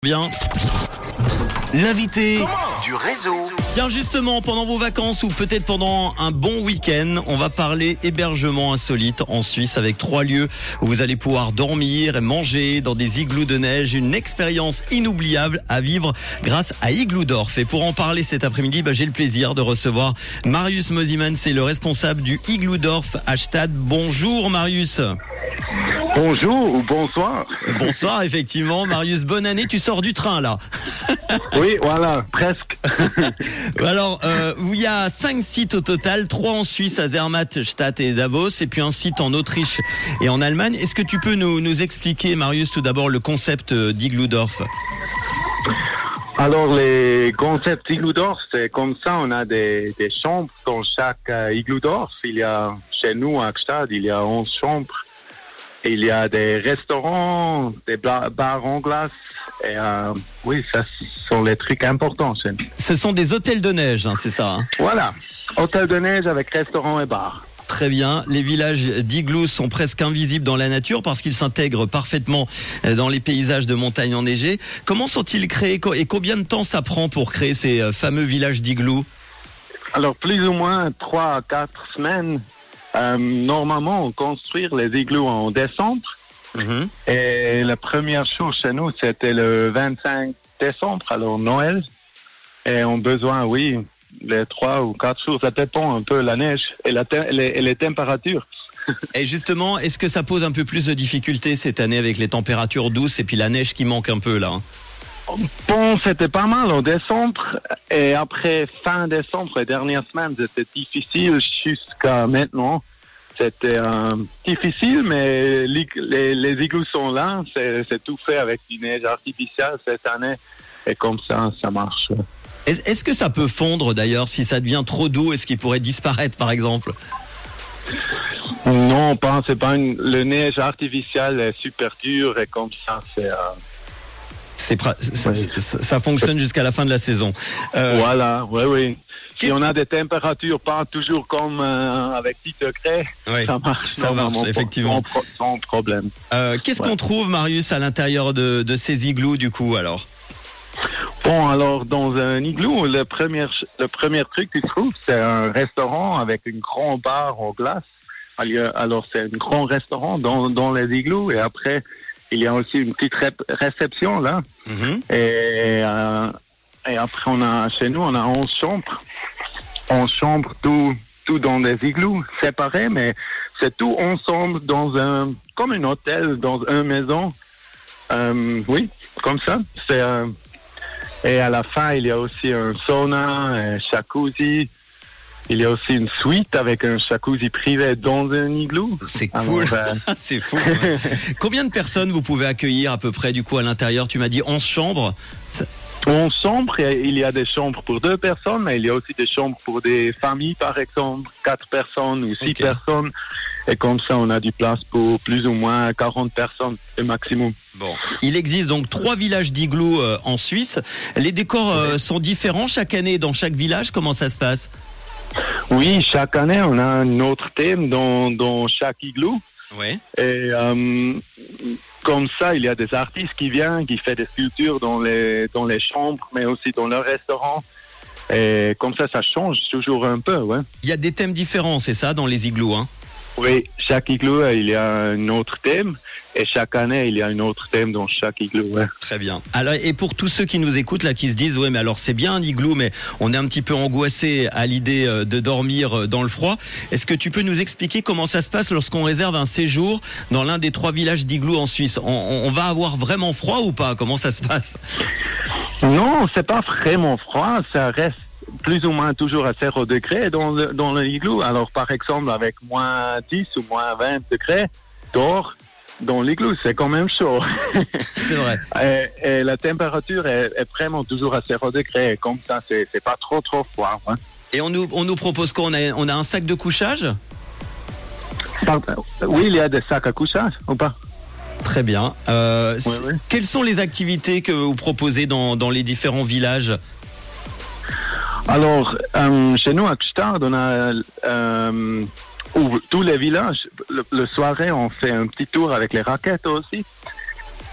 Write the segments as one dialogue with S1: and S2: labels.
S1: Bien. L'invité du réseau. Bien justement, pendant vos vacances ou peut-être pendant un bon week-end, on va parler hébergement insolite en Suisse avec 3 lieux où vous allez pouvoir dormir et manger dans des igloos de neige. Une expérience inoubliable à vivre grâce à Igloodorf. Et pour en parler cet après-midi, j'ai le plaisir de recevoir Marius Mosiman, c'est le responsable du Igloodorf à Stade. Bonjour Marius.
S2: Bonjour ou bonsoir.
S1: Bonsoir, effectivement. Marius, bonne année. Tu sors du train, là.
S2: Oui, voilà, presque.
S1: Alors, il y a 5 sites au total, 3 en Suisse, à Zermatt, Stade et Davos, et puis un site en Autriche et en Allemagne. Est-ce que tu peux nous expliquer, Marius, tout d'abord, le concept d'Igloodorf ?
S2: Alors, les concepts Igloodorf, c'est comme ça, on a des chambres dans chaque Igloodorf. Il y a, chez nous, à Stade, il y a 11 chambres. Il y a des restaurants, des bars en glace. Et oui, ça sont les trucs importants chez nous.
S1: Ce sont des hôtels de neige, c'est ça
S2: Voilà, hôtel de neige avec restaurant et bar.
S1: Très bien. Les villages d'igloo sont presque invisibles dans la nature parce qu'ils s'intègrent parfaitement dans les paysages de montagne enneigées. Comment sont-ils créés et combien de temps ça prend pour créer ces fameux villages d'igloo ?
S2: Alors, plus ou moins 3 à 4 semaines. Normalement, on construit les igloos en décembre. Mm-hmm. Et la première chose chez nous, c'était le 25 décembre, alors Noël. Et on a besoin, oui, les 3 ou 4 jours. Ça dépend un peu la neige et les températures.
S1: Et justement, est-ce que ça pose un peu plus de difficultés cette année avec les températures douces et puis la neige qui manque un peu là ?
S2: Bon, c'était pas mal en décembre. Et après fin décembre, les dernières semaines, c'était difficile jusqu'à maintenant. C'était difficile, mais les igloos sont là. C'est tout fait avec du neige artificielle cette année. Et comme ça, ça marche.
S1: Est-ce que ça peut fondre d'ailleurs si ça devient trop doux? Est-ce qu'il pourrait disparaître par exemple?
S2: Non, c'est pas le neige artificiel est super dur et comme ça,
S1: ça fonctionne jusqu'à la fin de la saison.
S2: Voilà, oui. Si on a des températures pas toujours comme avec 10 degrés, ça marche.
S1: Ça marche, effectivement.
S2: Sans problème.
S1: Qu'est-ce qu'on trouve, Marius, à l'intérieur de ces igloos, du coup, alors?
S2: Bon, alors, dans un igloo, le premier truc que tu trouves, c'est un restaurant avec une grande bar en glace. Alors, c'est un grand restaurant dans les igloos et après, il y a aussi une petite réception là. Mm-hmm. Et après, chez nous, on a 11 chambres. 11 chambres, tout dans des igloos séparés, mais c'est tout ensemble comme un hôtel, dans une maison. Oui, comme ça. Et à la fin, il y a aussi un sauna, un jacuzzi. Il y a aussi une suite avec un jacuzzi privé dans un igloo.
S1: C'est cool. C'est fou. Combien de personnes vous pouvez accueillir à peu près du coup à l'intérieur? Tu m'as dit 11 chambres.
S2: 11 chambres, il y a des chambres pour 2 personnes, mais il y a aussi des chambres pour des familles, par exemple, 4 personnes ou 6 personnes. Et comme ça, on a du place pour plus ou moins 40 personnes, le maximum.
S1: Bon. Il existe donc 3 villages d'igloo en Suisse. Les décors sont différents chaque année dans chaque village. Comment ça se passe?
S2: Oui, chaque année, on a un autre thème dans chaque igloo.
S1: Oui.
S2: Et comme ça, il y a des artistes qui viennent, qui font des sculptures dans les chambres, mais aussi dans le restaurant. Et comme ça change toujours un peu, ouais.
S1: Il y a des thèmes différents, c'est ça, dans les igloos, hein?
S2: Oui, chaque igloo, il y a un autre thème. Et chaque année, il y a un autre thème dans chaque igloo, ouais.
S1: Très bien. Alors, et pour tous ceux qui nous écoutent, là, qui se disent, ouais, mais alors c'est bien un igloo, mais on est un petit peu angoissé à l'idée de dormir dans le froid. Est-ce que tu peux nous expliquer comment ça se passe lorsqu'on réserve un séjour dans l'un des 3 villages d'igloo en Suisse? On va avoir vraiment froid ou pas? Comment ça se passe?
S2: Non, c'est pas vraiment froid. Ça reste plus ou moins toujours à 0 degrés dans le igloo. Alors, par exemple, avec moins 10 ou moins 20 degrés dehors, dans l'igloo, c'est quand même chaud.
S1: C'est vrai.
S2: Et la température est vraiment toujours à 0 degrés. Comme ça, c'est pas trop froid. Hein.
S1: Et on nous propose quoi? On a un sac de couchage?
S2: Oui, il y a des sacs à couchage, ou pas?
S1: Très bien.
S2: Oui.
S1: Quelles sont les activités que vous proposez dans les différents villages?
S2: Alors, chez nous, à Gstaad, on a tous les villages. Le soirée, on fait un petit tour avec les raquettes aussi.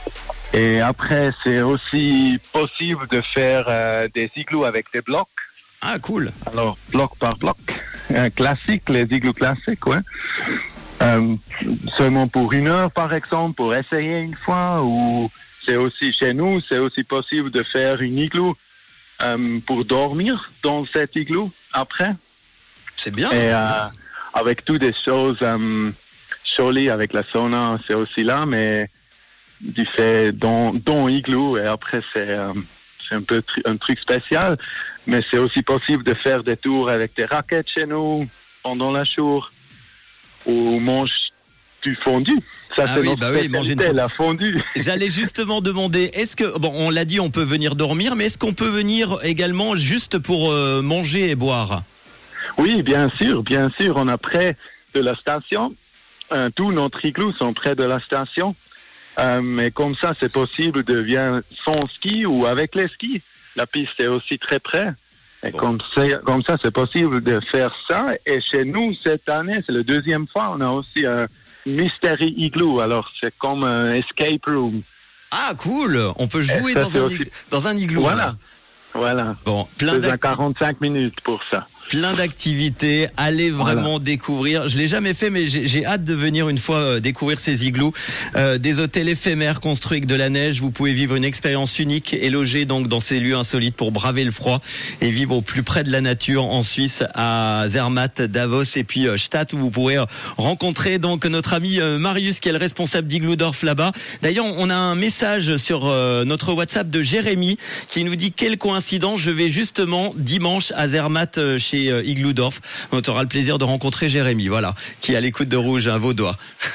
S2: Et après, c'est aussi possible de faire des igloos avec des blocs.
S1: Ah, cool.
S2: Alors, bloc par bloc. Classique, les igloos classiques, ouais. Seulement pour 1 heure, par exemple, pour essayer une fois. Ou c'est aussi, chez nous, c'est aussi possible de faire une igloo pour dormir dans cet igloo après.
S1: C'est bien.
S2: Et avec toutes des choses jolies, avec la sauna, c'est aussi là, mais tu fais dans igloo et après c'est un peu un truc spécial, mais c'est aussi possible de faire des tours avec des raquettes chez nous pendant la jour ou mange du fondu. Ça, c'est notre spécialité, la fondue.
S1: J'allais justement demander, est-ce que, bon, on l'a dit, on peut venir dormir, mais est-ce qu'on peut venir également juste pour manger et boire?
S2: Oui, bien sûr. On est près de la station. Tous nos igloos sont près de la station. Mais comme ça, c'est possible de venir sans ski ou avec les skis. La piste est aussi très près. Et comme ça, c'est possible de faire ça. Et chez nous, cette année, c'est la 2e fois, on a aussi un Mystery Igloo. Alors, c'est comme un escape room.
S1: Ah, cool! On peut jouer dans un igloo.
S2: Voilà.
S1: Bon,
S2: c'est 45 minutes pour ça.
S1: Plein d'activités, allez vraiment découvrir. Je l'ai jamais fait, mais j'ai hâte de venir une fois découvrir ces igloos. Des hôtels éphémères construits avec de la neige. Vous pouvez vivre une expérience unique et loger donc dans ces lieux insolites pour braver le froid et vivre au plus près de la nature en Suisse, à Zermatt, Davos et puis Stade, où vous pourrez rencontrer donc notre ami Marius, qui est le responsable d'Igloodorf là-bas. D'ailleurs, on a un message sur notre WhatsApp de Jérémy qui nous dit: quelle coïncidence, je vais justement dimanche à Zermatt chez Igloodorf. On aura le plaisir de rencontrer Jérémy, voilà, qui est à l'écoute de Rouge, un vaudois.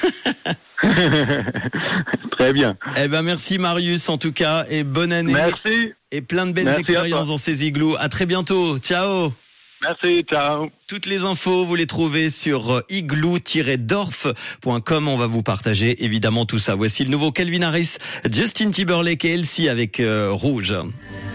S2: Très bien.
S1: Eh ben, merci Marius en tout cas, et bonne année.
S2: Merci.
S1: Et plein de belles expériences dans ces igloos. À très bientôt. Ciao.
S2: Merci, ciao.
S1: Toutes les infos, vous les trouvez sur igloo-dorf.com. On va vous partager évidemment tout ça. Voici le nouveau Calvin Harris, Justin Timberlake et Elsie avec Rouge.